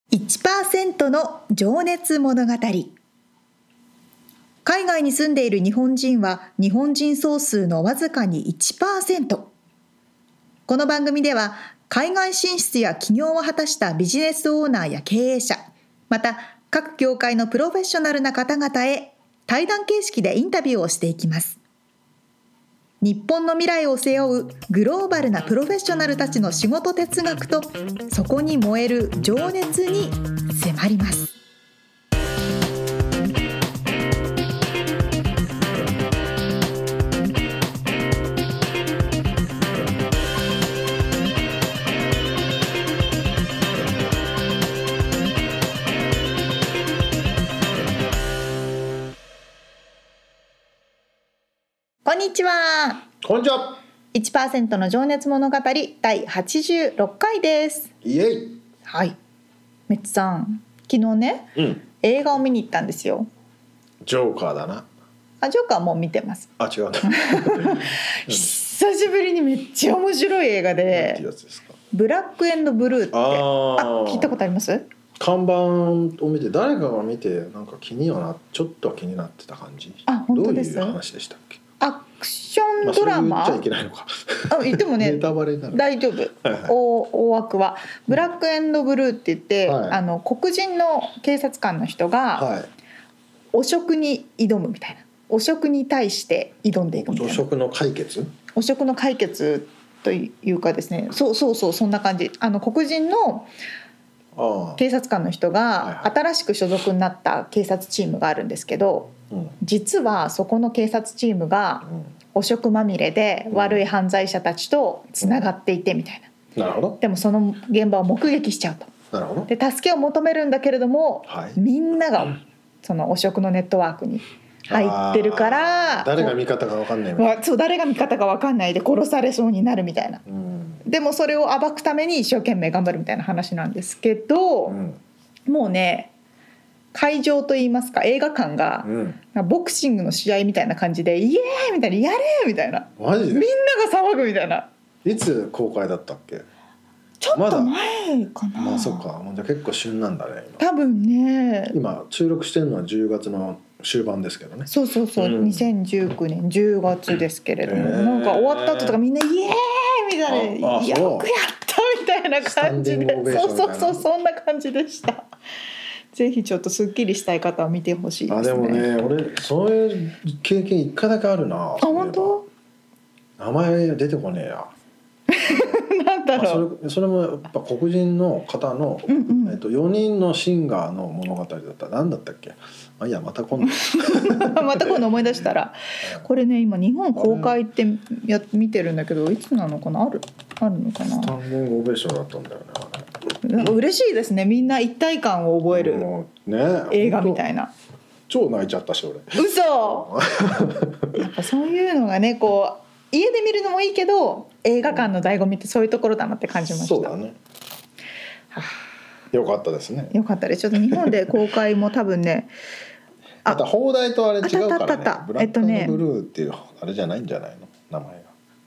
1% の情熱物語。海外に住んでいる日本人は日本人総数のわずかに 1%。この番組では海外進出や起業を果たしたビジネスオーナーや経営者、また各業界のプロフェッショナルな方々へ対談形式でインタビューをしていきます。日本の未来を背負うグローバルなプロフェッショナルたちの仕事哲学とそこに燃える情熱に迫ります。こんにちは。 こんにちは。 1% の情熱物語第86回です。 イエイ。 はい、メッツさん、昨日ね、映画を見に行ったんですよ。 ジョーカーだな。 ジョーカーもう見てます。 違うな久しぶりにめっちゃ面白い映画で、 なんていうやつですか。 ブラック&ブルーって聞いたことあります？ 看板を見て誰かが見てなんかちょっと気になってた感じ。 本当です。 どういう話でしたっけ？ アクションドラマ、 それ言っちゃいけないのか。 言ってもねネタバレになる。 大丈夫。大枠はブラック&ブルーって言って、黒人の警察官の人が汚職に挑むみたいな、汚職に対して挑んでいくみたいな。汚職の解決というかですね、そうそんな感じ。黒人の警察官の人が新しく所属になった警察チームがあるんですけど、実はそこの警察チームが汚職まみれで悪い犯罪者たちとつながっていてみたいな。 なるほど。 でもその現場を目撃しちゃうと。 なるほど。 で助けを求めるんだけれども、みんながその汚職のネットワークに入ってるから、 誰が味方か分かんないみたいな。 そう、誰が味方か分かんないで殺されそうになるみたいな。でもそれを暴くために一生懸命頑張るみたいな話なんですけど、もうね、会場といいますか映画館がボクシングの試合みたいな感じで、イエーイみたいな、やれみたいな、 マジでみんなが騒ぐみたいな。 いつ公開だったっけ？ ちょっと前かな。 そっか。じゃあ結構旬なんだね今。 多分ね。 今収録してるのは10月の終盤ですけどね。 そう、2019年10月ですけれども、なんか終わった後とかみんなイエーイみたいな、よくやったみたいな感じで、そうそんな感じでした。ぜひちょっとスッキリしたい方は見てほしいですね。 でもね、俺そういう経験一回だけあるな。 本当？ 名前出てこねえや。 なんだろう。それもやっぱ黒人の方の、4人のシンガーの物語だった。何だったっけ？いや、また今度また今度思い出したらこれね、今日本公開って見てるんだけど、いつなのかな、あるのかな。 スタンディングオベーションだったんだよね。 なんか嬉しいですね、みんな一体感を覚える映画みたいな。 超泣いちゃったし俺。 嘘やっぱそういうのがね、こう家で見るのもいいけど映画館の醍醐味ってそういうところだなって感じました。 そうだね。よかったですね。 よかったです。ちょっと日本で公開も多分ねまた放題とあれ違うからね。ブラック&ブルーっていうあれじゃないんじゃないの、名前が。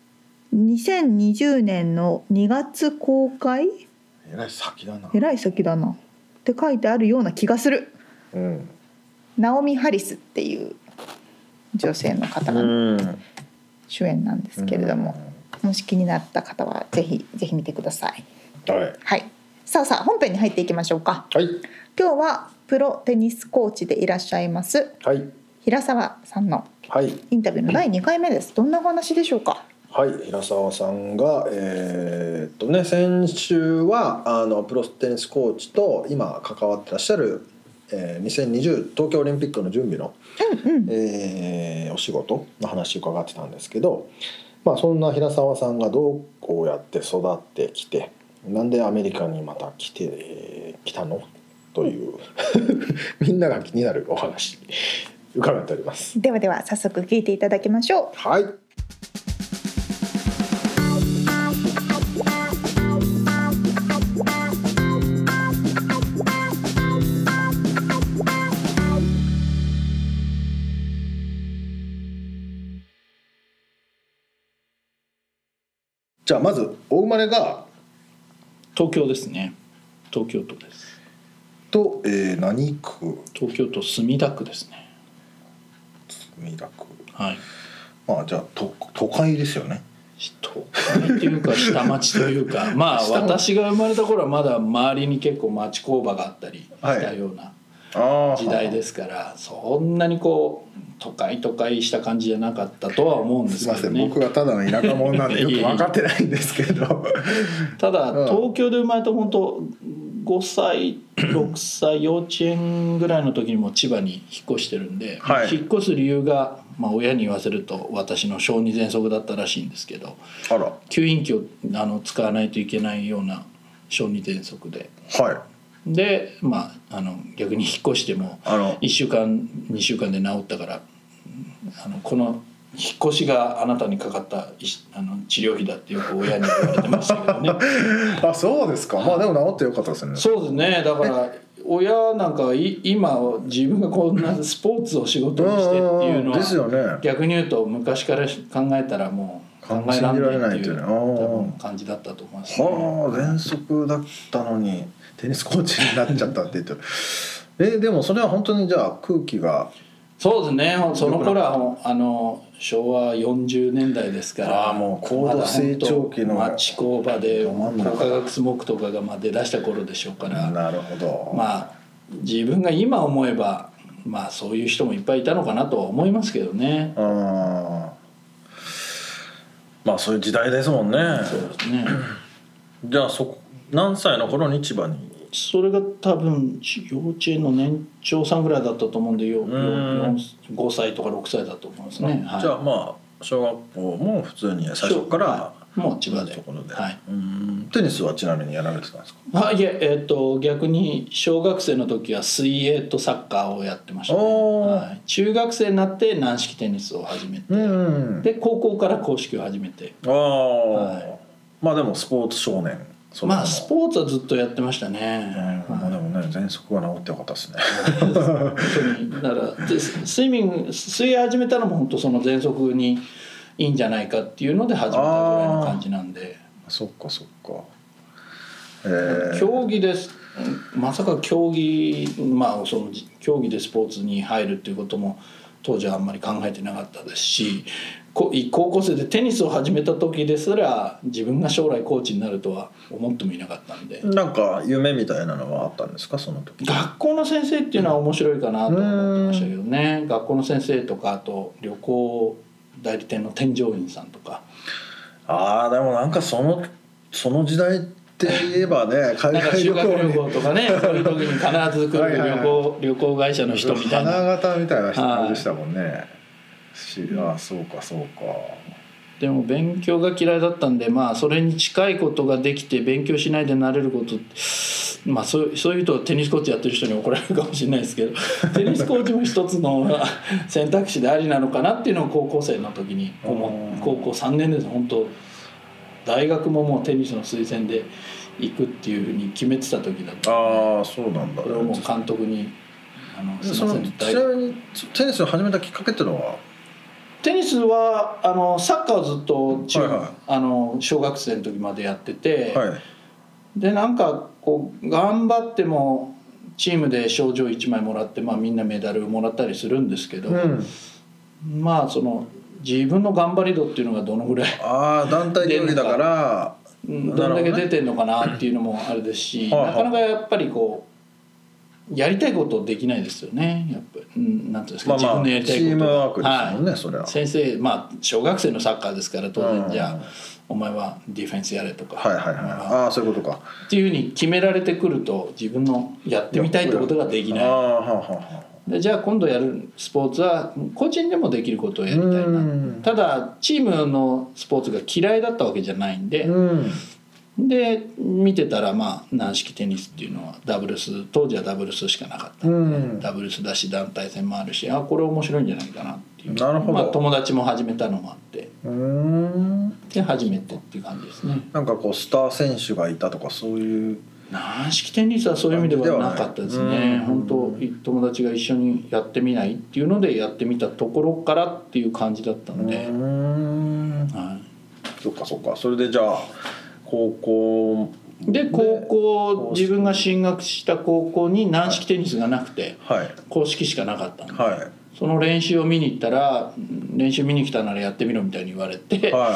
2020年の2月公開。 えらい先だな。 って書いてあるような気がする。ナオミ・ハリスっていう女性の方が主演なんですけれども、もし気になった方はぜひ見てください。はい。さあ本編に入っていきましょうか。今日はプロテニスコーチでいらっしゃいます、平沢さんのインタビューの第2回目です。どんなお話でしょうか？ 平沢さんが、先週はプロテニスコーチと今関わってらっしゃる、2020東京オリンピックの準備の、お仕事の話を伺ってたんですけど、そんな平沢さんがどうやって育ってきて、なんでアメリカにまた来たのというみんなが気になるお話伺っております。 では早速聞いていただきましょう。 じゃあまずお生まれが東京ですね。東京都です。 何区？ 東京都墨田区ですね。 墨田区。 はい。 まあじゃあ都会ですよね。 都会っていうか下町というかまあ私が生まれた頃はまだ周りに結構町工場があったりしたような時代ですから、そんなにこう都会した感じじゃなかったとは思うんですけどね。 すいません、僕はただの田舎者なんでよく分かってないんですけどただ東京で生まれた本当5歳6歳幼稚園ぐらいの時にも千葉に引っ越してるんで、 はい、 引っ越す理由が、まあ、親に言わせると私の小児喘息だったらしいんですけど、吸引器を使わないといけないような小児喘息で、 はい、 で、まあ、逆に引っ越しても1週間2週間で治ったからこの引っ越しがあなたにかかった治療費だってよく親に言われてましたけどねあ、そうですか。まあでも治ってよかったですね。 そうですね。だから親なんか今自分がこんなスポーツを仕事にしてっていうのはですよね。 逆に言うと昔から考えたらもう考えられないっていう多分感じだったと思いますね。 はあ、喘息だったのにテニスコーチになっちゃったって言ってでもそれは本当にじゃあ空気がそうですね。その頃は昭和40年代ですからもう高度成長期の町工場で高化学スモークとかが出だした頃でしょうから。なるほど。 まあ自分が今思えばまあそういう人もいっぱいいたのかなとは思いますけどね。 まあそういう時代ですもんね。 そうですね。 じゃあ何歳の頃に千葉に？ それが多分幼稚園の年長さんぐらいだったと思うんで5歳とか6歳だと思いますね。 じゃあまあ小学校も普通に最初からもう千葉で。 はい、テニスはちなみにやられてたんですか？ いえ、逆に小学生の時は水泳とサッカーをやってましたね。中学生になって軟式テニスを始めて、で高校から硬式を始めて。 まあでもスポーツ少年。 まあスポーツはずっとやってましたね。 まあでもね喘息が治ってよかったですね。 本当にだから水泳始めたのも本当その喘息にいいんじゃないかっていうので始めたぐらいの感じなんで。 そっかそっか。 競技です。まさか競技その競技でスポーツに入るっていうことも当時はあんまり考えてなかったですし、高校生でテニスを始めた時ですら自分が将来コーチになるとは思ってもいなかったんで。 なんか夢みたいなのはあったんですかその時？ 学校の先生っていうのは面白いかなと思ってましたけどね。学校の先生とかあと旅行代理店の添乗員さんとか。 でもなんかその時代って言えばね海外旅行とかねそういう時に必ず来る旅行会社の人みたいな花形みたいな人でしたもんね。そうかそうか。 でも勉強が嫌いだったんでそれに近いことができて勉強しないでなれることそういうとテニスコーチやってる人に怒られるかもしれないですけどテニスコーチも一つの選択肢でありなのかなっていうのを高校生の時に高校3年です本当大学ももうテニスの推薦で行くっていうふうに決めてた時だったので。 そうなんだ。 これをもう監督にすいませんちなみにテニスを始めたきっかけっていうのは？ テニスはサッカーをずっと小学生の時までやってて、でなんかこう頑張ってもチームで賞状1枚もらって、みんなメダルをもらったりするんですけど、その自分の頑張り度っていうのがどのぐらい団体競技だからどんだけ出てんのかなっていうのもあれですし、なかなかやっぱりこうやりたいことできないですよね。やっぱりなんていうんですか、自分のやりたいこと。 チームワークですもんね、それは。 先生小学生のサッカーですから当然じゃあお前はディフェンスやれとか、 そういうことかっていうふうに決められてくると自分のやってみたいってことができない。でじゃあ今度やるスポーツは個人でもできることをやりたいな。ただチームのスポーツが嫌いだったわけじゃないんで。で見てたら軟式テニスっていうのは当時はダブルスしかなかったんで、ダブルスだし団体戦もあるしこれ面白いんじゃないかなっていう。 なるほど。 友達も始めたのもあってで始めてっていう感じですね。 なんかこうスター選手がいたとかそういう？ 軟式テニスはそういう意味ではなかったですね。本当友達が一緒にやってみないっていうのでやってみたところからっていう感じだったんで。 そっかそっか。それでじゃあ高校で高校自分が進学した高校に軟式テニスがなくて、 はい、 公式しかなかったんで、 はい、 その練習を見に行ったら練習見に来たならやってみろみたいに言われて、はい、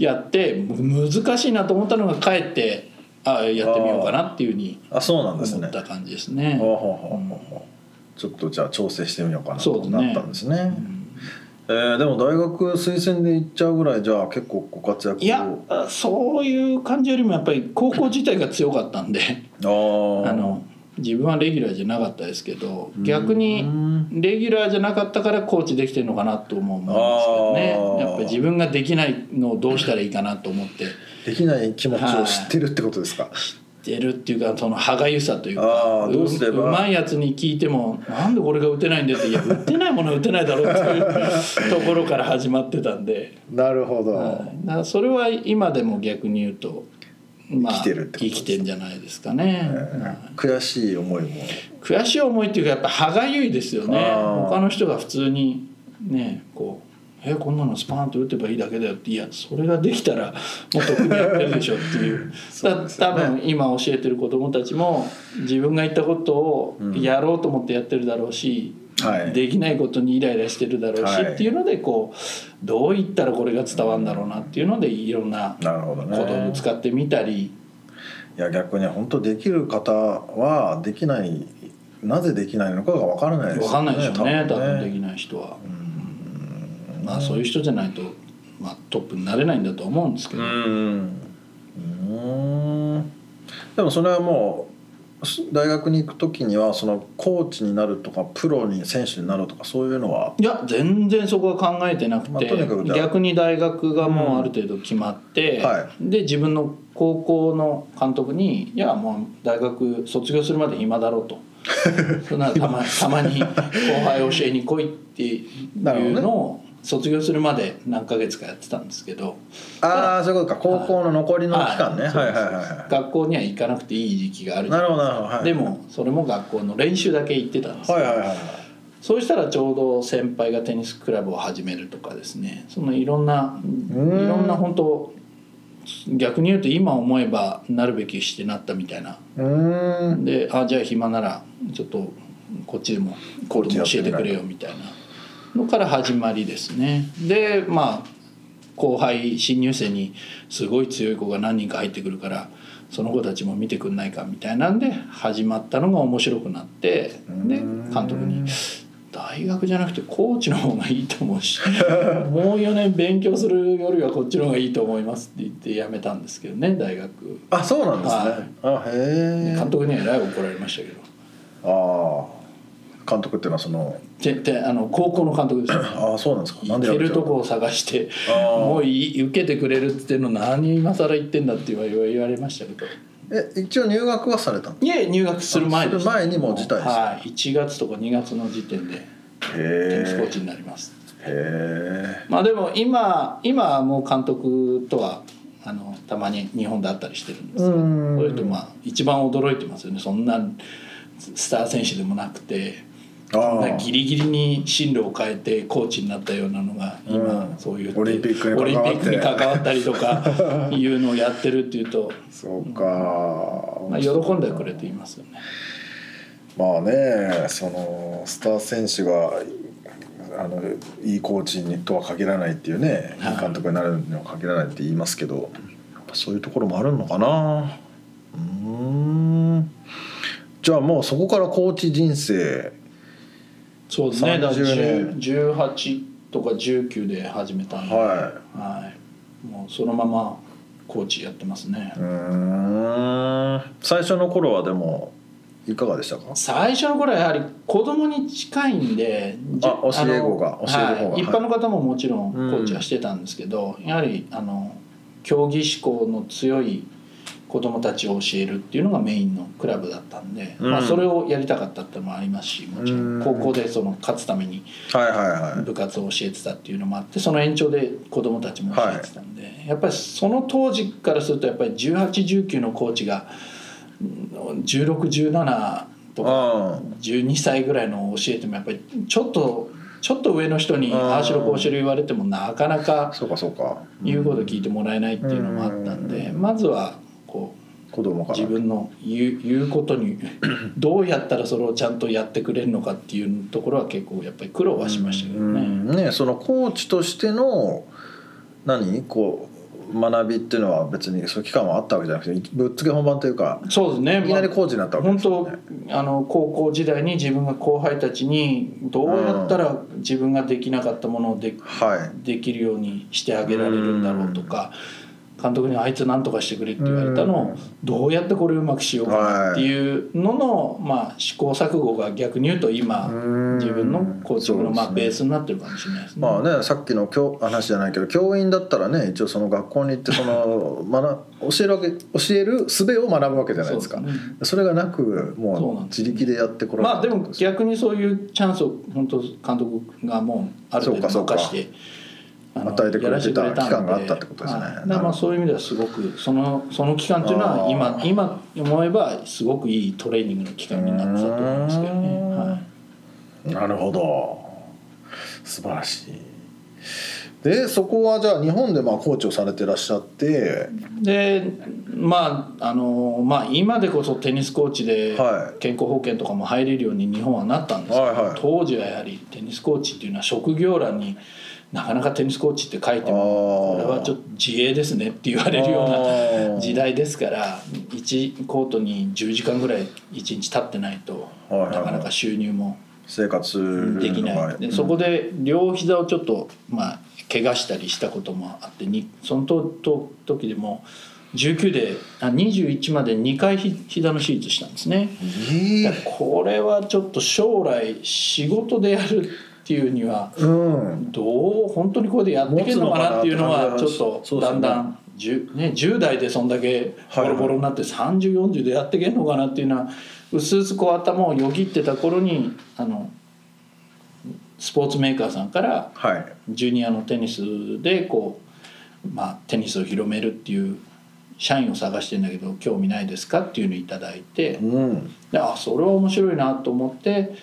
やって難しいなと思ったのが帰ってやってみようかなっていうふうに思った感じですね。 ちょっとじゃあ調整してみようかなとなったんですね。でも大学推薦で行っちゃうぐらいじゃあ結構ご活躍を。 いやそういう感じよりもやっぱり高校自体が強かったんで自分はレギュラーじゃなかったですけど逆にレギュラーじゃなかったからコーチできてるのかなと思うんですけどね。やっぱり自分ができないのをどうしたらいいかなと思ってできない気持ちを知ってるってことですか。 知ってるっていうかその歯がゆさというかうまいやつに聞いてもなんでこれが打てないんだっていや打てないものは打てないだろうっていうところから始まってたんでなるほど、 だからそれは今でも逆に言うとまあ、生きてんじゃないですかね。 悔しい思いも悔しい思いっていうかやっぱ歯がゆいですよね。他の人が普通にねこうこんなのスパーンと打てばいいだけだよっていやそれができたらもっと組みやってるでしょっていう多分今教えてる子どもたちも自分が言ったことをやろうと思ってやってるだろうし、できないことにイライラしてるだろうし、っていうのでこうどう言ったらこれが伝わるんだろうなっていうのでいろんな言葉を使ってみたり。 いや逆に本当できる方はできないなぜできないのかが分からないですよね。 分かんないでしょうね多分できない人は。まあそういう人じゃないと、まあ、トップになれないんだと思うんですけど。 でもそれはもう大学に行く時にはそのコーチになるとかプロに選手になるとかそういうのはいや全然そこは考えてなくて、逆に大学がもうある程度決まって、で自分の高校の監督にいやもう大学卒業するまで暇だろうとそんなたまに後輩教えに来いっていうのを卒業するまで何ヶ月かやってたんですけど。 そういうことか高校の残りの期間ね。 学校には行かなくていい時期があるじゃないですか。でもそれも学校の練習だけ行ってたんですけど、そうしたらちょうど先輩がテニスクラブを始めるとかですねそのいろんな本当逆に言うと今思えばなるべきしてなったみたいなでじゃあ暇ならちょっとこっちでもコーチ教えてくれよみたいなのから始まりですね。でまあ後輩新入生にすごい強い子が何人か入ってくるからその子たちも見てくんないかみたいなんで始まったのが面白くなってで監督に大学じゃなくてコーチの方がいいと思うしもう4年勉強するよりはこっちの方がいいと思いますって言って辞めたんですけどね大学。 そうなんですね。 監督にはえらい怒られましたけど。 監督っていうのはその高校の監督です。 そうなんですか。 行けるとこを探してもう受けてくれるって言ってるの何今更言ってんだって言われましたけど。 一応入学はされたんですか。 いえ入学する前です。 する前にもう辞退ですか。 1月とか2月の時点でテニスコーチになります。まあでも今はもう監督とはたまに日本で会ったりしてるんですけどそれとまあ一番驚いてますよね。そんなスター選手でもなくてギリギリに進路を変えてコーチになったようなのが今そういうオリンピックに関わったりとかいうのをやってるっていうとそうか、 まあ、喜んでくれていますよね。 まあねそのスター選手がいいコーチにとは限らないっていうねいい監督になるには限らないって言いますけどやっぱそういうところもあるのかな。じゃあもうそこからコーチ人生そうですね18とか19で始めたんで、もうそのままコーチやってますね。 最初の頃はでもいかがでしたか。 最初の頃はやはり子供に近いんで教える方が一般の方ももちろんコーチはしてたんですけど、やはり競技志向の強い子供たちを教えるっていうのがメインのクラブだったんで、まあ、それをやりたかったっていうのもありますしもちろん高校でその勝つために部活を教えてたっていうのもあってその延長で子供たちも教えてたんで、やっぱりその当時からするとやっぱり1819のコーチが1617とか12歳ぐらいのを教えてもやっぱりちょっと上の人にああしろこうしろ言われてもなかなか言うこと聞いてもらえないっていうのもあったんでまずはこう自分の言うことにどうやったらそれをちゃんとやってくれるのかっていうところは結構やっぱり苦労はしましたけどね。 そのコーチとしての学びっていうのは別にそういう期間はあったわけじゃなくてぶっつけ本番というか、 そうですね、 いきなりコーチになったわけですよね。 本当高校時代に自分が後輩たちにどうやったら自分ができなかったものをできるようにしてあげられるんだろうとか、監督にあいつ何とかしてくれって言われたのをどうやってこれをうまくしようかなっていうのの、試行錯誤が逆に言うと今自分のコーチングのベースになってるかもしれないですね。 さっきの話じゃないけど教員だったらね、一応その学校に行ってその教える術を学ぶわけじゃないですか。それがなくもう自力でやってこられた。 でも逆にそういうチャンスを本当監督がもうある程度任して与えてくれてた期間があったってことですね。 だからそういう意味ではすごくその期間っていうのは今思えばすごくいいトレーニングの期間になってたと思いますけどね。 なるほど、素晴らしい。でそこはじゃあ日本でコーチをされてらっしゃって、 で今でこそテニスコーチで健康保険とかも入れるように日本はなったんですけど、当時はやはりテニスコーチっていうのは職業欄になかなかテニスコーチって書いてもこれはちょっと自営ですねって言われるような時代ですから、1コートに10時間ぐらい1日立ってないとなかなか収入も生活できない。でそこで両膝をちょっと怪我したりしたこともあって、その時でも19で21まで2回膝の手術したんですね。これはちょっと将来仕事でやるっていうには本当にこれでやっていけるのかなっていうのはちょっとだんだん10代でそんだけボロボロになって30、40でやっていけるのかなっていうのはうすうす頭をよぎってた頃にスポーツメーカーさんからジュニアのテニスでテニスを広めるっていう社員を探してんだけど興味ないですかっていうのをいただいて、でそれは面白いなと思って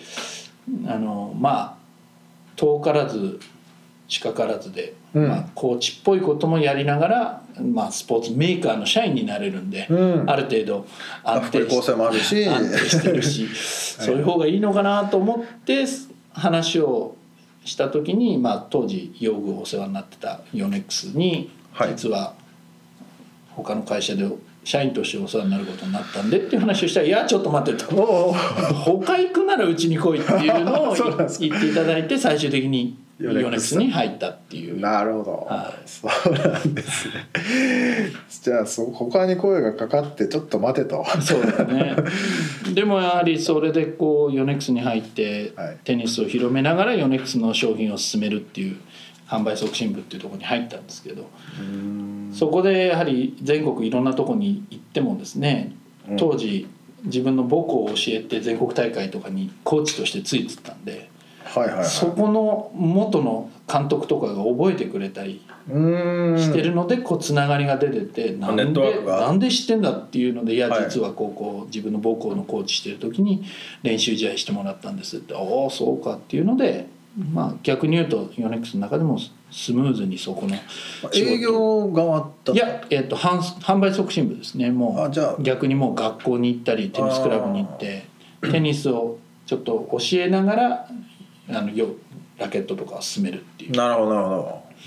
遠からず近からずで、コーチっぽいこともやりながら、スポーツメーカーの社員になれるんで、ある程度安定してるしそういう方がいいのかなと思って話をした時に、当時用具をお世話になってたヨネックスに、実は他の会社で社員としてお世話になることになったんでっていう話をしたら、いやちょっと待ってと他行くならうちに来いっていうのを言っていただいて、最終的にヨネックスに入ったっていう。 なるほど、そうなんですね。じゃあ他に声がかかってちょっと待てと。 そうですね。でもやはりそれでヨネックスに入ってテニスを広めながらヨネックスの商品を進めるっていう販売促進部っていうところに入ったんですけど、そこでやはり全国いろんなところに行ってもですね、当時自分の母校を教えて全国大会とかにコーチとしてついてたんで、そこの元の監督とかが覚えてくれたりしてるのでつながりが出てて、なんで知ってんだっていうので、いや実は自分の母校のコーチしてる時に練習試合してもらったんですって、そうかっていうので、逆に言うとヨネックスの中でもスムーズにそこの営業側だった。 いや、販売促進部ですね。もう逆にもう学校に行ったりテニスクラブに行ってテニスをちょっと教えながらラケットとかを進めるっていう。 なるほどなるほ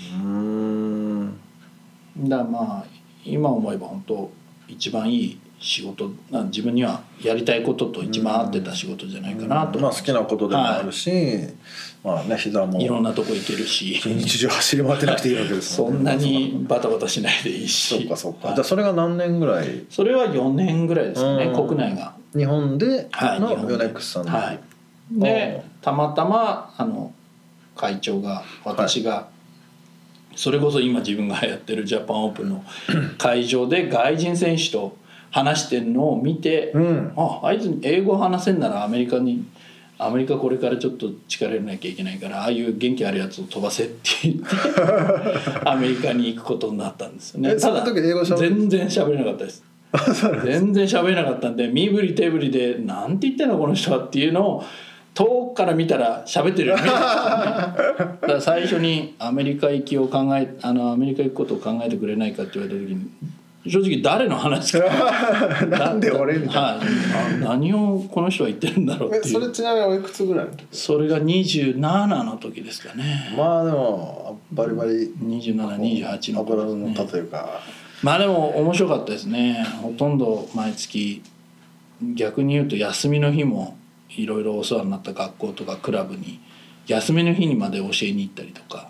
ど。 だから今思えば本当一番いい仕事、自分にはやりたいことと一番合ってた仕事じゃないかなと。 好きなことでもあるし、膝もいろんなとこ行けるし、 一日中走り回ってなくていいわけですもんね。そんなにバタバタしないでいいし。 そうか。じゃあそれが何年ぐらい？ それは4年ぐらいですかね、国内が。 日本でのヨネックスさんでたまたま会長が私が、それこそ今自分がやってるジャパンオープンの会場で外人選手と話してるのを見て、あいつ英語話せんならアメリカこれからちょっと力入れなきゃいけないから、ああいう元気あるやつを飛ばせって言ってアメリカに行くことになったんですよね。ただ全然喋れなかったです。全然喋れなかったんで、身振り手振りでなんて言ってんのこの人はっていうのを遠くから見たら喋ってるように見えたんですよね。だから最初にアメリカ行くことを考えてくれないかって言われた時に正直誰の話かなんで俺みたいな、 はい、何をこの人は言ってるんだろうっていう。 それちなみにおいくつぐらいの時？ それが27の時ですかね。 まあでもバリバリ 2728の頃のというか、 まあでも面白かったですね。ほとんど毎月、逆に言うと休みの日もいろいろお世話になった学校とかクラブに休みの日にまで教えに行ったりとか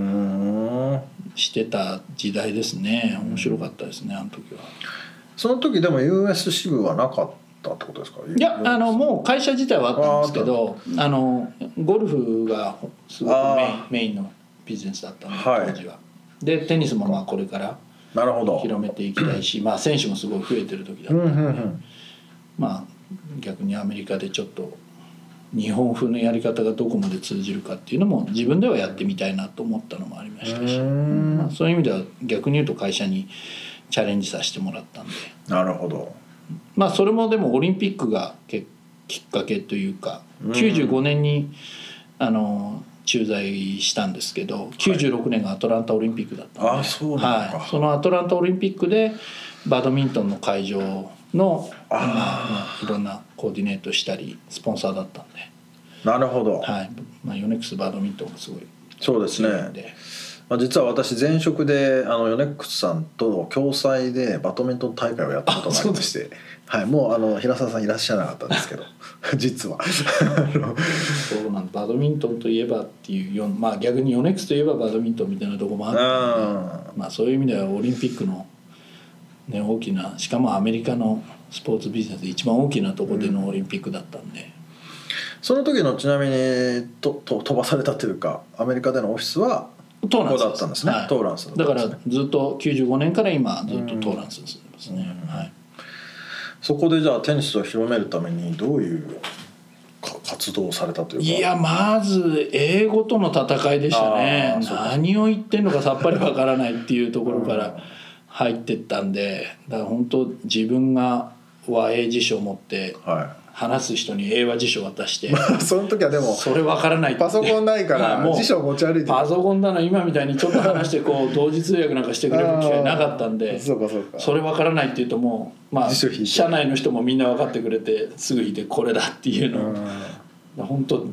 してた時代ですね。面白かったですね、あの時は。 その時でも US 支部はなかったってことですか？ いや、もう会社自体はあったんですけど、ゴルフがすごくメインのビジネスだったので、当時は。でテニスもまあこれから広めていきたいし、まあ選手もすごい増えてる時だったので、まあ逆にアメリカでちょっと日本風のやり方がどこまで通じるかっていうのも自分ではやってみたいなと思ったのもありましたし、まあ、そういう意味では逆に言うと会社にチャレンジさせてもらったんで。 なるほど。 まあそれもでもオリンピックがきっかけというか、95年に駐在したんですけど、96年がアトランタオリンピックだったので、 そうなんか、 はい、そのアトランタオリンピックでバドミントンの会場のいろんなコーディネートしたりスポンサーだったんで。 なるほど。 はい、まあ、ヨネックスバドミントンがすごいそうですね。実は私前職でヨネックスさんと共催でバドミントン大会をやったことがありまして、はい、もう平沢さんいらっしゃらなかったんですけど実はそうなんバドミントンといえばっていうまあ逆にヨネックスといえばバドミントンみたいなところもあったので、まあ、そういう意味ではオリンピックの、ね、大きな、しかもアメリカのスポーツビジネスで一番大きなところでのオリンピックだったんで、 その時のちなみに飛ばされたというかアメリカでのオフィスはトーランスだったんですね。はい、トーランスだからずっと95年から今ずっとトーランスに住んでますね。はい、 そこでじゃあテニスを広めるためにどういう活動をされたというか。 いや、まず英語との戦いでしたね。何を言ってんのかさっぱりわからないっていうところから入ってったんで、だから本当自分が和英辞書を持って、話す人に英和辞書を渡してその時はでもそれ分からないってパソコンないから辞書を持ち歩いてパソコンだな今みたいにちょっと話してこう同時通訳なんかしてくれる機会なかったんでそれ分からないって言うともうまあ社内の人もみんな分かってくれてすぐ引いてこれだっていうのを本当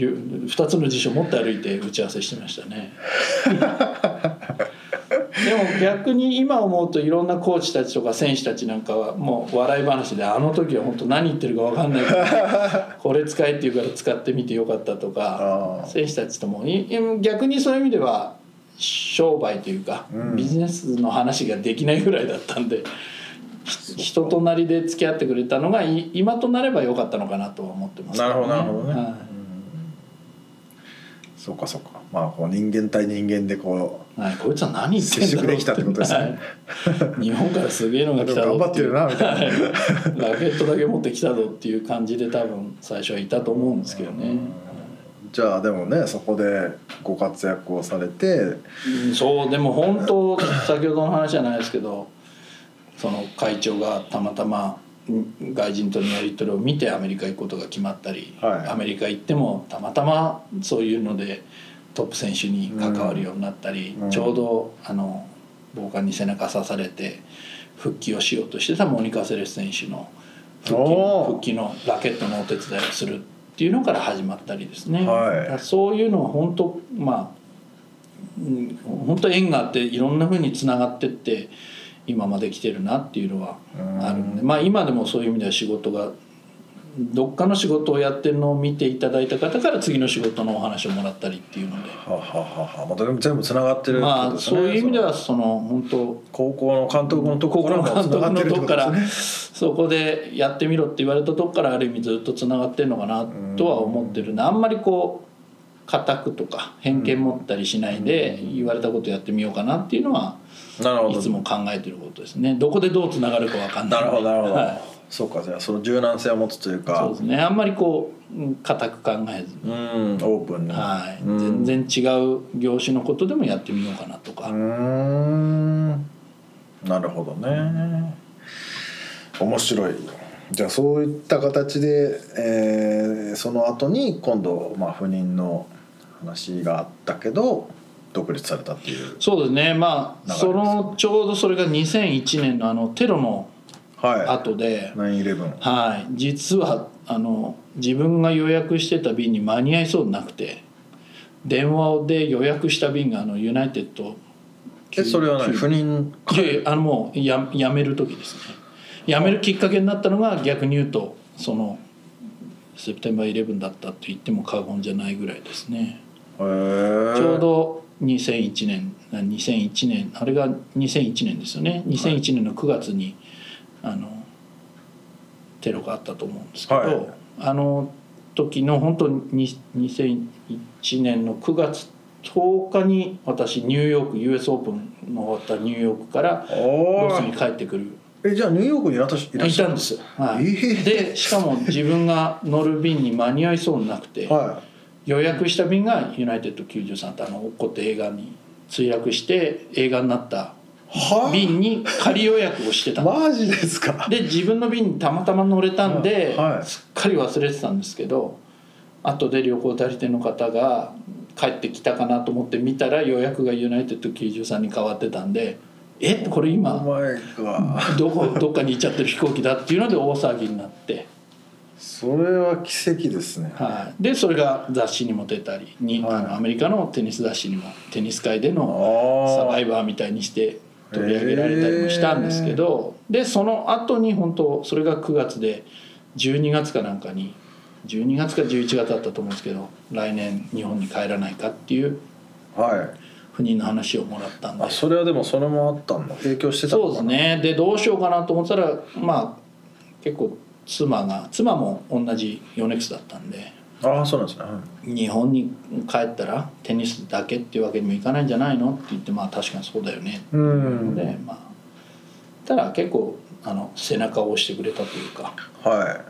2つの辞書持って歩いて打ち合わせしてましたね。でも逆に今思うといろんなコーチたちとか選手たちなんかはもう笑い話であの時は本当何言ってるか分かんないけどこれ使えって言うから使ってみてよかったとか選手たちとも逆にそういう意味では商売というかビジネスの話ができないぐらいだったんで人となりで付き合ってくれたのが今となればよかったのかなとは思ってますけどね。 なるほどなるほどね。そうかそうか。まあこう人間対人間でこう、 こいつは何言ってんだろうってきたってことですね。 日本からすげえのが来たぞ頑張ってるなみたいな。 ラケットだけ持ってきたぞっていう感じで多分最初はいたと思うんですけどね。 じゃあでもねそこでご活躍をされて、 そうでも本当先ほどの話じゃないですけどその会長がたまたま外人とのやり取りを見てアメリカ行くことが決まったり、アメリカ行ってもたまたまそういうのでトップ選手に関わるようになったり、ちょうど暴漢に背中刺されて復帰をしようとしてたモニカ・セレス選手の復帰のラケットのお手伝いをするっていうのから始まったりですね、そういうのは本当まあ本当縁があっていろんな風につながってって今まで来てるなっていうのはあるんで、まあ今でもそういう意味では仕事がどっかの仕事をやってるのを見ていただいた方から次の仕事のお話をもらったりっていうので、 また全部つながってるってことですね。 そういう意味ではその本当高校の監督のところからつながってるってことですね。 そこでやってみろって言われたとこからある意味ずっとつながってるのかなとは思ってるんで、あんまりこう固くとか偏見持ったりしないで言われたことやってみようかなっていうのはいつも考えてることですね。どこでどうつながるか分かんない。 なるほどなるほど、そうか。じゃあその柔軟性を持つというか、 そうですね、あんまりこう固く考えずに、 オープンに、 全然違う業種のことでもやってみようかなとか。 なるほどね、面白い。じゃあそういった形で、その後に今度、不妊の話があったけど独立されたっていう。 そうですね。まあそのちょうどそれが2001年のテロの後で、 はい、9/11、 はい、実は自分が予約してた便に間に合いそうになくて、電話で予約した便がユナイテッド、 それは何、不妊？ いやもう辞める時ですね。辞めるきっかけになったのが、逆に言うとそのセプテンバー11だったと言っても過言じゃないぐらいですね。ちょうど2001年あれが2001年ですよね。2001年の9月にテロがあったと思うんですけど、はい、あの時の本当に2001年の9月10日に私ニューヨーク US オープンの終わったニューヨークからロスに帰ってくる。 じゃあニューヨークにいらっしゃいたんです、はい、でしかも自分が乗る便に間に合いそうになくて、はい、予約した便がユナイテッド93って起こって映画に墜落して映画になった便に仮予約をしてたマジですか。 で自分の便にたまたま乗れたんで、はい、すっかり忘れてたんですけど、後で旅行代理店の方が帰ってきたかなと思って見たら予約がユナイテッド93に変わってたんで、これ今どっかに行っちゃってる飛行機だっていうので大騒ぎになって、 それは奇跡ですね、 はい、でそれが雑誌にも出たりに、はい、アメリカのテニス雑誌にもテニス界でのサバイバーみたいにして取り上げられたりもしたんですけど、でその後に本当それが9月で12月かなんかに12月か11月だったと思うんですけど、来年日本に帰らないかっていう、はい不妊の話をもらったんで。 それはでもそれもあったんだ、影響してたのかな。 そうですね。でどうしようかなと思ってたら、まあ結構妻も同じヨネックスだったんで、 ああそうなんですね、 日本に帰ったらテニスだけっていうわけにもいかないんじゃないのって言って、まあ確かにそうだよねっていうので、まあただ結構背中を押してくれたというか、 はい、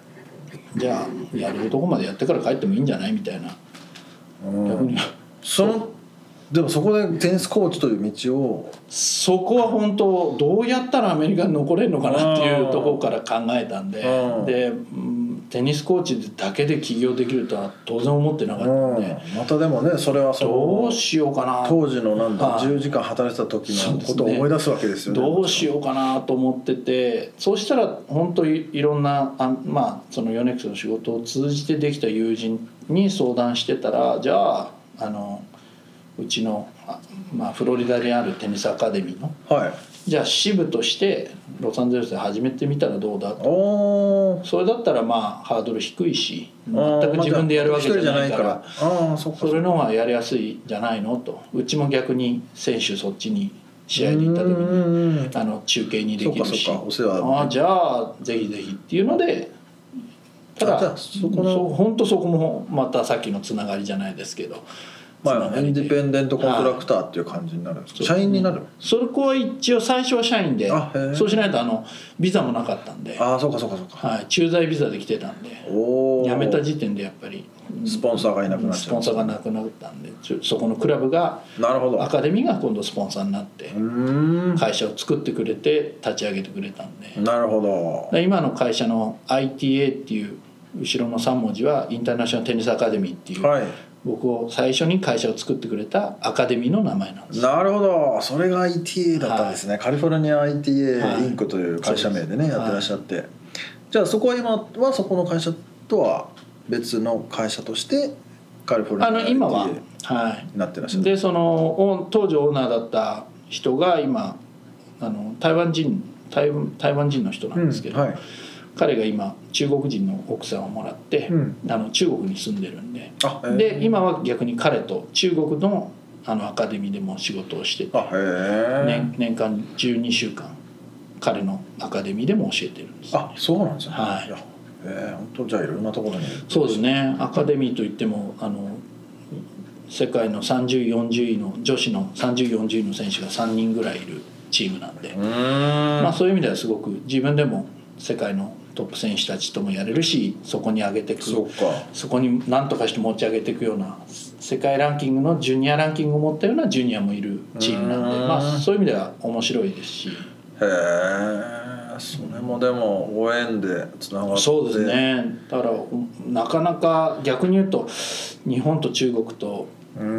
じゃあやれるとこまでやってから帰ってもいいんじゃないみたいな、逆にでもそこでテニスコーチという道を、 そこは本当どうやったらアメリカに残れるのかなっていうところから考えたんで、テニスコーチだけで起業できるとは当然思ってなかったんで、 またでもねそれはどうしようかな、 当時の10時間働いてた時のことを思い出すわけですよね。 どうしようかなと思ってて、そうしたら本当にいろんなまあそのヨネックスの仕事を通じてできた友人に相談してたら、じゃあうちの、フロリダにあるテニスアカデミーの、はい、じゃあ支部としてロサンゼルスで始めてみたらどうだと。それだったらまあハードル低いし、全く自分でやるわけじゃないから、それの方がやりやすいじゃないのと。うちも逆に選手そっちに試合に行った時に中継にできるし、じゃあぜひぜひっていうので、ただ本当そこもまたさっきのつながりじゃないですけど、 インディペンデントコントラクターっていう感じになるんですか。社員になる。 そこは一応最初は社員で、そうしないとビザもなかったんで、 そうか、 はい、駐在ビザで来てたんで、辞めた時点でやっぱりスポンサーがいなくなっちゃう。 スポンサーがなくなったんで、そこのクラブがアカデミーが今度スポンサーになって会社を作ってくれて立ち上げてくれたんで。 なるほど。 今の会社の ITA っていう後ろの3文字はインターナショナルテニスアカデミーっていう、はい、僕を最初に会社を作ってくれたアカデミーの名前なんです。 なるほど、それが ITA だったんですね、はい、カリフォルニア ITA インクという会社名でね、やってらっしゃって、じゃあそこは今はそこの会社とは別の会社としてカリフォルニア ITA 今は、 になってらっしゃる。 でその当時オーナーだった人が今台湾人の人なんですけど、はい、彼が今中国人の奥さんをもらって、中国に住んでるんで、で今は逆に彼と中国のアカデミーでも仕事をしてて、年間12週間彼のアカデミーでも教えてるんです、ね。 そうなんですね。 はい。 本当じゃあいろんなところに。 そうですね。アカデミーといっても世界の30、40位の女子の30、40位の選手が3人ぐらいいるチームなんで、そういう意味ではすごく自分でも世界のトップ選手たちともやれるし、そこに上げていく、そこに何とかして持ち上げていくような世界ランキングのジュニアランキングを持ったようなジュニアもいるチームなんで、そういう意味では面白いですし。へえ、それもでもご縁でつながって。 そうですね。だからなかなか逆に言うと日本と中国と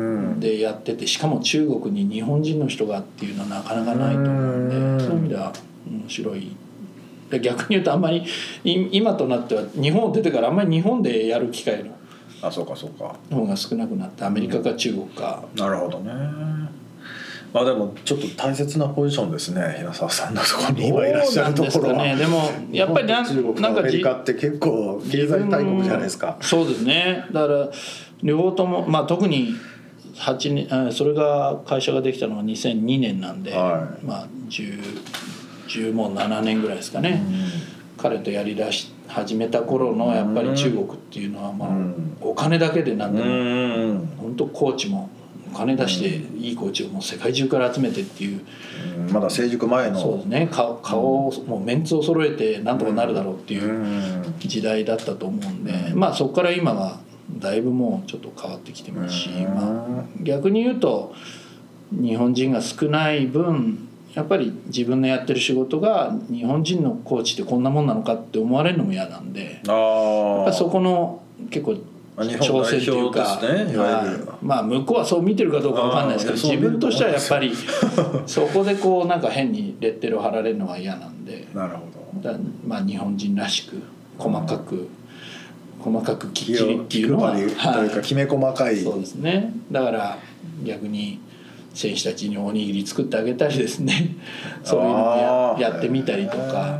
でやってて、しかも中国に日本人の人がっていうのはなかなかないと思うんで、そういう意味では面白い。逆に言うとあんまり今となっては日本を出てからあんまり日本でやる機会のそうか方が少なくなって、アメリカか中国か、 なるほどね。まあでもちょっと大切なポジションですね、平沢さんのところに今いらっしゃるところは。 でもやっぱり中国とアメリカって結構経済大国じゃないですか。 そうですね。だから両方とも、特に8年、それが会社ができたのが2002年なんで、10もう7年ぐらいですかね、彼とやりだし始めた頃のやっぱり中国っていうのはお金だけで何でも、本当コーチもお金出していいコーチをもう世界中から集めてっていう、 まだ成熟前の、 そうですね、顔をもうメンツを揃えてなんとかなるだろうっていう時代だったと思うんで、そこから今はだいぶもうちょっと変わってきてますし、逆に言うと日本人が少ない分やっぱり自分のやってる仕事が日本人のコーチってこんなもんなのかって思われるのも嫌なんで、やっぱそこの結構挑戦というか、向こうはそう見てるかどうか分かんないですけど、自分としてはやっぱりそこでこうなんか変にレッテルを貼られるのは嫌なんで、 なるほど、日本人らしく細かくきっちりっていうのは、 というかきめ細かい、 そうですね。だから逆に選手たちにおにぎり作ってあげたりですねそういうのを やってみたりとか、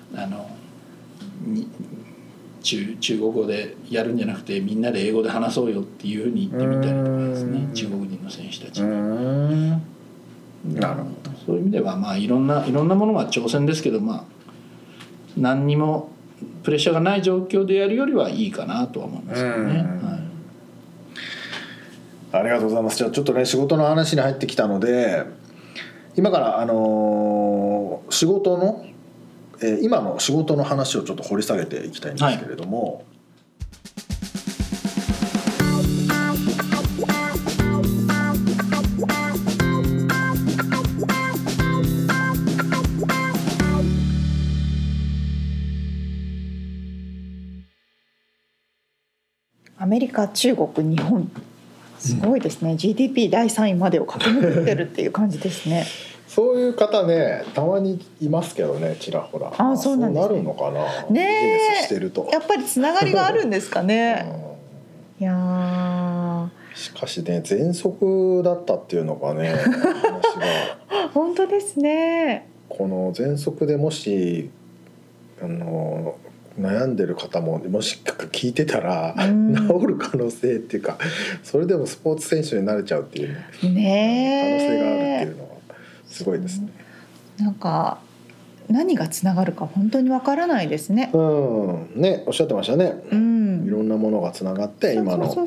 中国語でやるんじゃなくてみんなで英語で話そうよっていうふうに言ってみたりとかですね、中国人の選手たちに。 なるほど。 そういう意味ではいろんなものが挑戦ですけど、何にもプレッシャーがない状況でやるよりはいいかなとは思いますけどね。 ありがとうございます。じゃあちょっとね仕事の話に入ってきたので、今から仕事の、今の仕事の話をちょっと掘り下げていきたいんですけれども、 アメリカ、中国、日本、すごいですね、GDP 第3位までを駆け抜けてるっていう感じですねそういう方ねたまにいますけどね、ちらほら。 そうなんですね。 そうなるのかな、 ね、 ビジネスしてるとやっぱりつながりがあるんですかねいやしかしね喘息だったっていうのがね話が本当ですね。 この喘息でもし悩んでる方ももし聞いてたら、治る可能性っていうか、それでもスポーツ選手になれちゃうっていう、可能性があるっていうのはすごいですね。 なんか何がつながるか本当にわからないですね。 ね、おっしゃってましたね。いろんなものがつながって今の。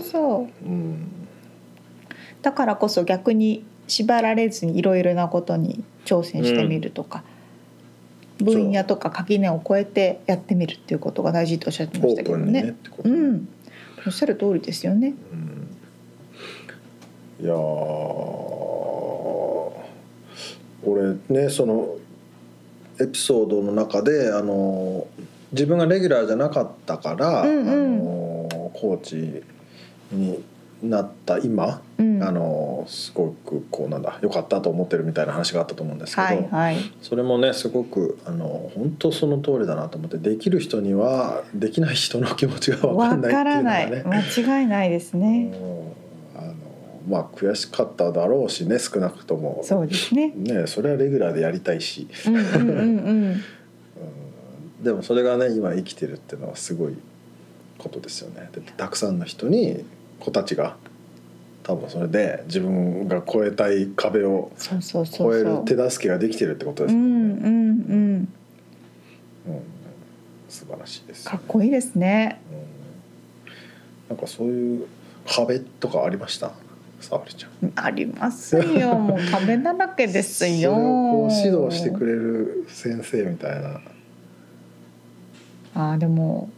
だからこそ逆に縛られずにいろいろなことに挑戦してみるとか。分野とか垣根を越えてやってみるっていうことが大事とおっしゃってましたけどね。おっしゃる通りですよね。 いや俺ねそのエピソードの中で自分がレギュラーじゃなかったから、コーチになった今、すごくこう良かったと思ってるみたいな話があったと思うんですけど、それもねすごく本当その通りだなと思って、できる人にはできない人の気持ちが分かんないっていうのがね、 間違いないですね。 悔しかっただろうしね、少なくともそうですね。 それはレギュラーでやりたいし、でもそれがね今生きてるっていうのはすごいことですよね。でたくさんの子たちが多分それで自分が越えたい壁を越える手助けができてるってことですもんね。素晴らしいですよね。 かっこいいですね。 なんかそういう壁とかありました？沙織ちゃん。 ありますよ。もう壁だらけですよ。 それをこう指導してくれる先生みたいな。 でも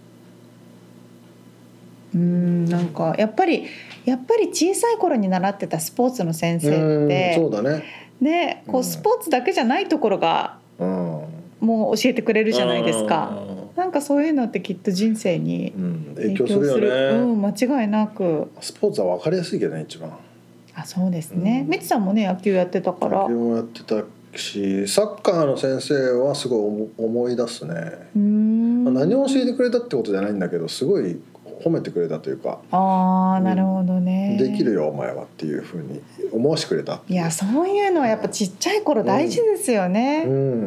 なんかやっぱり小さい頃に習ってたスポーツの先生ってそうだね、 こうスポーツだけじゃないところがもう教えてくれるじゃないですか。なんかそういうのってきっと人生に影響するよね。 間違いなく。 スポーツは分かりやすいけどね、一番。 あ、そうですね。みつさんもね野球やってたから。 野球もやってたし、サッカーの先生はすごい思い出すね。何を教えてくれたってことじゃないんだけど、すごい褒めてくれたというか、 ああ、なるほどね、 できるよお前はっていうふうに思わせてくれた。 いや、そういうのはやっぱちっちゃい頃大事ですよね。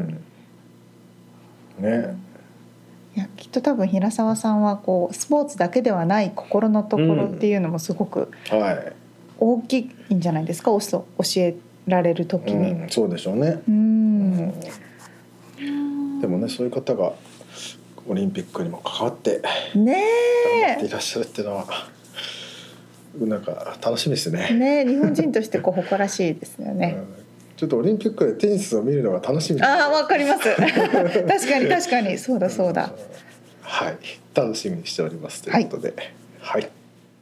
ね。 いや、きっと多分平沢さんはこうスポーツだけではない心のところっていうのもすごく大きいんじゃないですか、教えられる時に。 そうでしょうね。でもね、そういう方がオリンピックにも関わって頑張っていらっしゃるっていうのはなんか楽しみですね。 日本人としてこう誇らしいですよね。 ちょっとオリンピックでテニスを見るのが楽しみ。 ああ、わかります。確かにそうだそうだ。 はい、楽しみにしておりますということで、はい。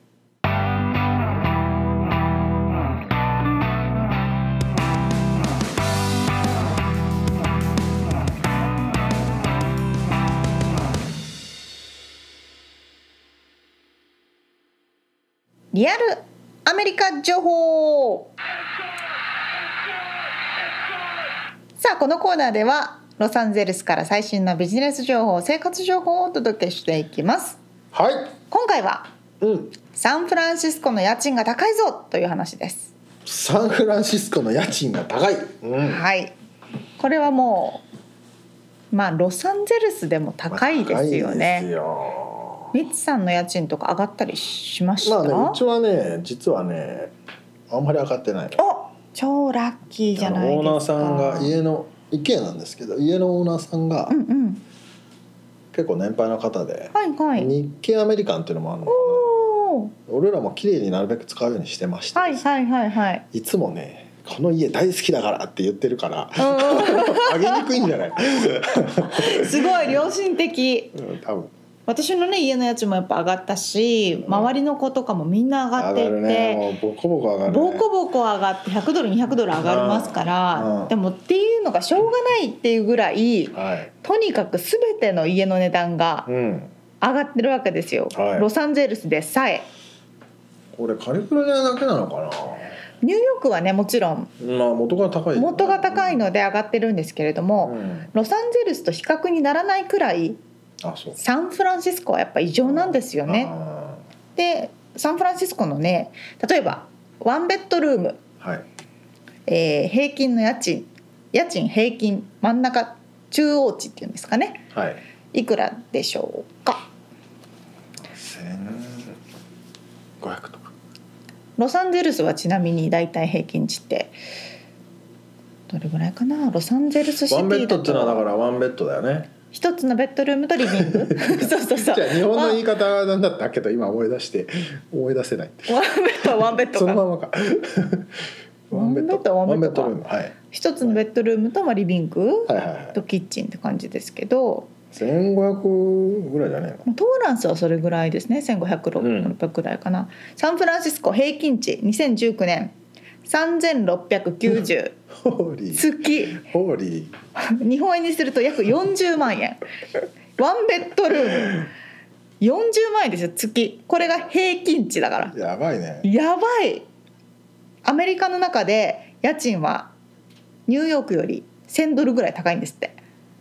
リアルアメリカ情報。さあ、このコーナーではロサンゼルスから最新のビジネス情報、生活情報をお届けしていきます。 はい。 今回は、サンフランシスコの家賃が高いぞという話です。 サンフランシスコの家賃が高い。 はい。これはもうロサンゼルスでも高いですよね。高いですよ。ミツさんの家賃とか上がったりしました？ うちはね、実はね、あんまり上がってないの。 お、超ラッキーじゃないですか。 オーナーさんが一軒家なんですけど、家のオーナーさんが結構年配の方で、日系アメリカンっていうのもあるのかな。俺らも綺麗になるべく使うようにしてまして、いつもね、この家大好きだからって言ってるからあげにくいんじゃないすごい良心的。 多分私のね、家の家賃もやっぱ上がったし、周りの子とかもみんな上がっていって、 上がるね、もうボコボコ上がるね、 ボコボコ上がって100ドル200ドル上がりますから、でもっていうのがしょうがないっていうぐらい、とにかく全ての家の値段が上がってるわけですよ、ロサンゼルスでさえ。 これカリフォルニアだけなのかな。 ニューヨークはね、もちろん元が高いので上がってるんですけれども、ロサンゼルスと比較にならないくらいサンフランシスコはやっぱ異常なんですよね。で、サンフランシスコのね、例えばワンベッドルーム、平均の家賃平均真ん中中央値っていうんですかね、いくらでしょうか。 1500とか。 ロサンゼルスはちなみにだいたい平均値ってどれぐらいかな。ロサンゼルスシティだとワンベッドっていうのはだからワンベッドだよね。 一つのベッドルームとリビングそうじゃあ日本の言い方なんだったけど今思い出せないワンベッドそのままかワンベッドルーム、一つのベッドルームとリビングとキッチンって感じですけど、 1500ぐらいじゃねえの。 トーランスはそれぐらいですね。1500、600ぐらいかな。サンフランシスコ平均値2019年3690月日本円にすると約40万円ワンベッドルーム40万円ですよ、月。これが平均値だから。 やばいね。 やばい。アメリカの中で家賃はニューヨークより1000ドルぐらい高いんですって。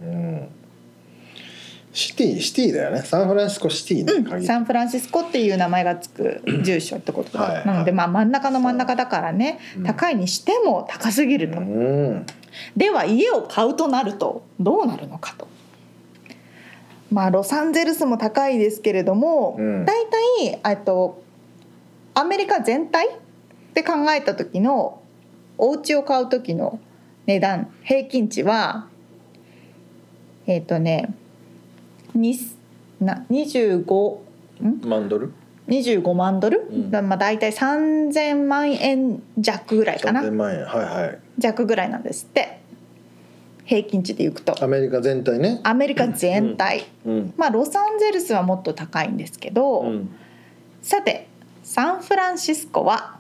シティだよね。サンフランシスコシティね、 サンフランシスコっていう名前がつく住所ってことなので、真ん中の真ん中だからね、高いにしても高すぎると。では家を買うとなるとどうなるのかと。ロサンゼルスも高いですけれども、だいたいアメリカ全体って考えた時のお家を買う時の値段平均値は25万ドル、だいたい3000万円弱ぐらいかな。 3000万円、 弱ぐらいなんですって、平均値でいくと。 アメリカ全体ね。 アメリカ全体、ロサンゼルスはもっと高いんですけど、さてサンフランシスコは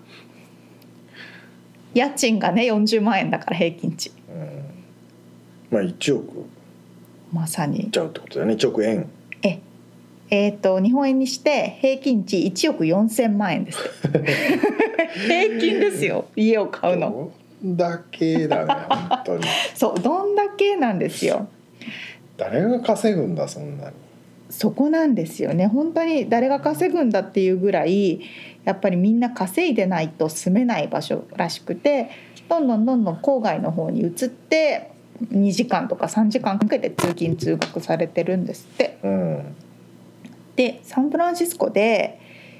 家賃がね40万円だから平均値、 1億まさにちゃうってことだよね。1億円日本円にして平均値1億4000万円です平均ですよ、家を買うの。 どんだけだね本当にそう、どんだけなんですよ。 誰が稼ぐんだそんなに。 そこなんですよね。本当に誰が稼ぐんだっていうぐらいやっぱりみんな稼いでないと住めない場所らしくて、どんどん郊外の方に移って2時間とか3時間かけて通勤通学されてるんですって、でサンフランシスコで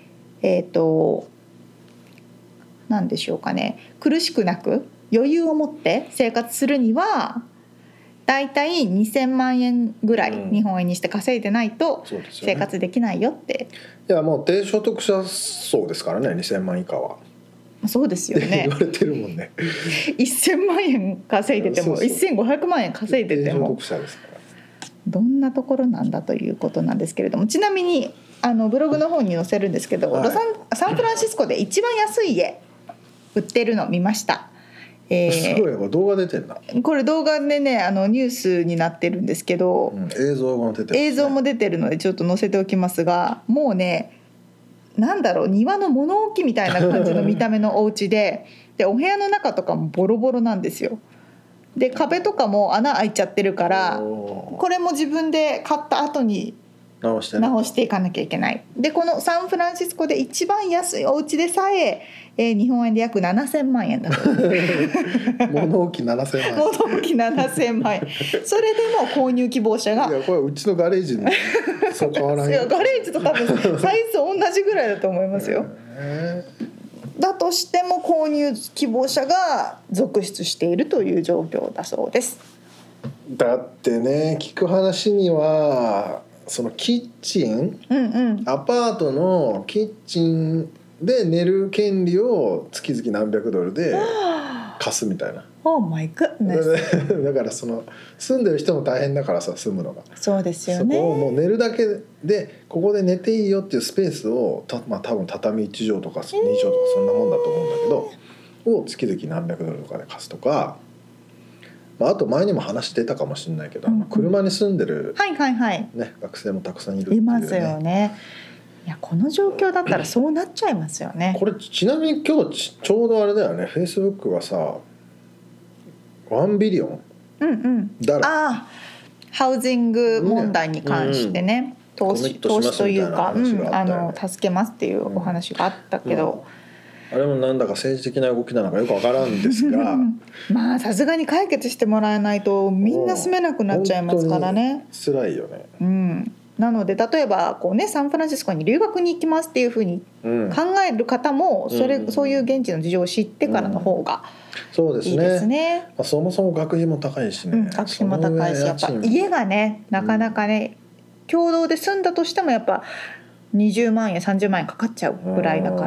何でしょうかね、苦しくなく余裕を持って生活するにはだいたい2000万円ぐらい日本円にして稼いでないと生活できないよって、 いやもう低所得者層ですからね、2000万以下は。 そうですよね言われてるもんね 1000万円稼いでても1500万円稼いでても低所得者ですから、 どんなところなんだということなんですけれども、ちなみにブログの方に載せるんですけど、サンフランシスコで一番安い家売ってるの見ました。 すごい、動画出てんだ。 これ動画でねニュースになってるんですけど、 映像も出てる、 映像も出てるのでちょっと載せておきますが、もうねなんだろう、庭の物置みたいな感じの見た目のお家でお部屋の中とかもボロボロなんですよ。で壁とかも穴開いちゃってるから、これも自分で買った後に直していかなきゃいけない。でこのサンフランシスコで一番安いお家でさえ日本円で約7000万円だと物置7000万円物置7000万円それでも購入希望者が、 いやこれうちのガレージにそう変わらないよガレージと多分サイズ同じぐらいだと思いますよだとしても購入希望者が続出しているという状況だそうです。 だってね、聞く話にはそのキッチン、アパートのキッチンで寝る権利を月々何百ドルで貸すみたいな。 Oh my goodness だからその住んでる人も大変だからさ、住むのが。そうですよね。そこをもう寝るだけでここで寝ていいよっていうスペースを多分畳1畳とか2畳とかそんなもんだと思うんだけど、を月々何百ドルとかで貸すとか。あと前にも話してたかもしれないけど、車に住んでる、学生もたくさんいるっていうね。いますよね。 いやこの状況だったらそうなっちゃいますよね。 これちなみに今日ちょうどあれだよね、フェイスブックがさ1ビリオンハウジング問題に関してね、投資というか、助けますっていうお話があったけど、 あれもなんだか政治的な動きなのかよくわからんですがまあさすがに解決してもらえないとみんな住めなくなっちゃいますからね。 辛いよね。 なので例えばこう、ね、サンフランシスコに留学に行きますっていうふうに考える方も、そういう現地の事情を知ってからの方がいいですね。 そもそも学費も高いしね、 学費も高いし、やっぱ家がねなかなかね、共同で住んだとしてもやっぱ20万円30万円かかっちゃうぐらいだから、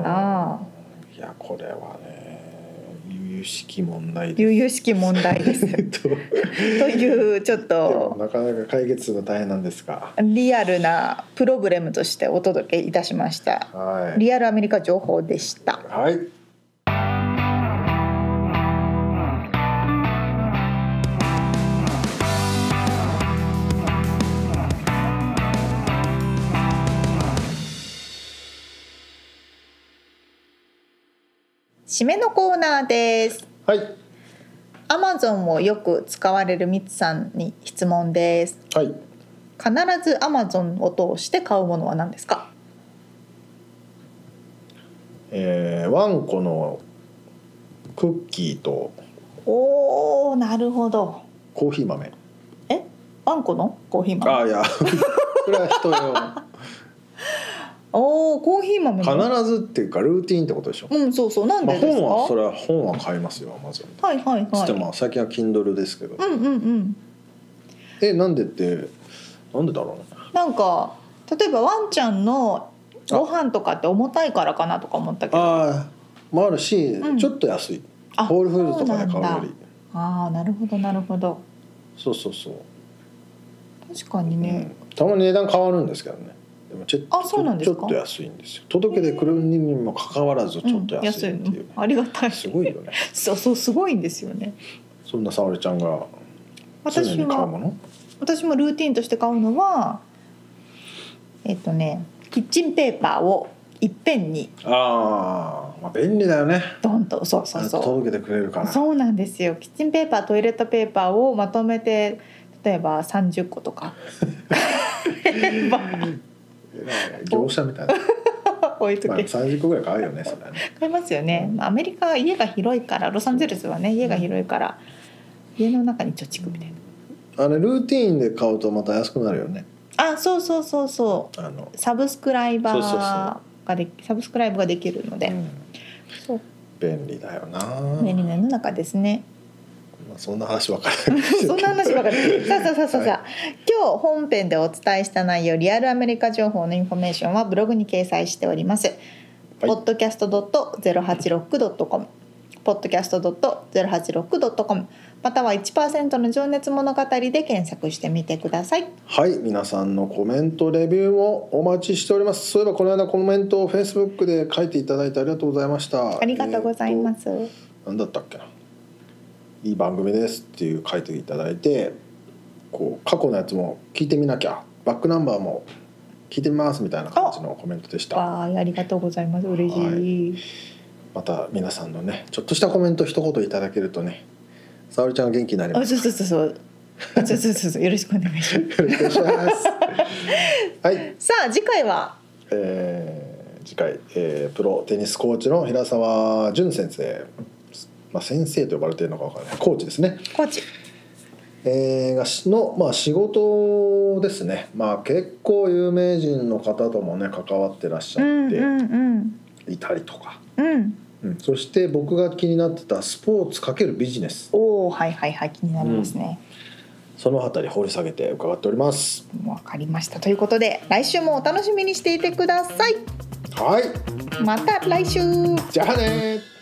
いやこれはね由々しき問題です。 由々しき問題ですというちょっとなかなか解決するの大変なんですが、 リアルなプロブレムとしてお届けいたしました、リアルアメリカ情報でした。締めのコーナーです。Amazon をよく使われるミツさんに質問です。必ず Amazon を通して買うものは何ですか？ ワンコのクッキーと、 なるほど、 コーヒー豆。 ワンコのコーヒー豆。 いやこれは人用コーヒー豆必ずっていうかルーティンってことでしょ。 そうそう。なんでですか？ 本は買いますよ Amazon で。つっても最近は Kindle ですけど。なんでってなんでだろうね。 なんか例えばワンちゃんのご飯とかって重たいからかなとか思ったけど。 もあるし、ちょっと安い。ホールフーズとかで買うより。 なるほどなるほど。 そう。 確かにね。 たまに値段変わるんですけどね。でもちょっと安いんですよ。届けてくるにもかかわらずちょっと安いっていう、 ありがたい。 すごいよね。 そうすごいんですよね。 そんな沙織ちゃんが常に買うもの？ 私もルーティンとして買うのはキッチンペーパーをいっぺんに便利だよね。 ドンとそう届けてくれるから。 そうなんですよ。キッチンペーパートイレットペーパーをまとめて例えば30個とか業者みたいな置いとけ、 30個ぐらい買うよねそれね。 買いますよね。アメリカは家が広いからロサンゼルスはね家が広いから家の中に貯蓄みたいな。 ルーティーンで買うとまた安くなるよね。 そうサブスクライブができるので、 そう便利だよな。 便利な世の中ですね。 そんな話ばかりそんな話ばかりさあ、今日本編でお伝えした内容リアルアメリカ情報のインフォメーションはブログに掲載しております、podcast.086.com podcast.086.com または 1% の情熱物語で検索してみてください。 はい、皆さんのコメントレビューもお待ちしております。そういえばこの間コメントを Facebook で書いていただいてありがとうございました。 ありがとうございます。 何だったっけな、いい番組ですっていう書いていただいて、過去のやつも聞いてみなきゃ、バックナンバーも聞いてみますみたいな感じのコメントでした。 ありがとうございます。嬉しい、 また皆さんのねちょっとしたコメント一言いただけるとね、沙織ちゃんが元気になります。 そうよろしくお願いします。 よろしくお願いしますはい、 さあ次回は、 プロテニスコーチの平沢淳先生、先生と呼ばれているのか分からない、コーチですね。 コーチの、仕事ですね。結構有名人の方ともね関わってらっしゃっていたりとか、そして僕が気になってたスポーツ×ビジネス、 気になりますね、 そのあたり掘り下げて伺っております。 わかりました。ということで来週もお楽しみにしていてください。 はい、 また来週。 じゃあね。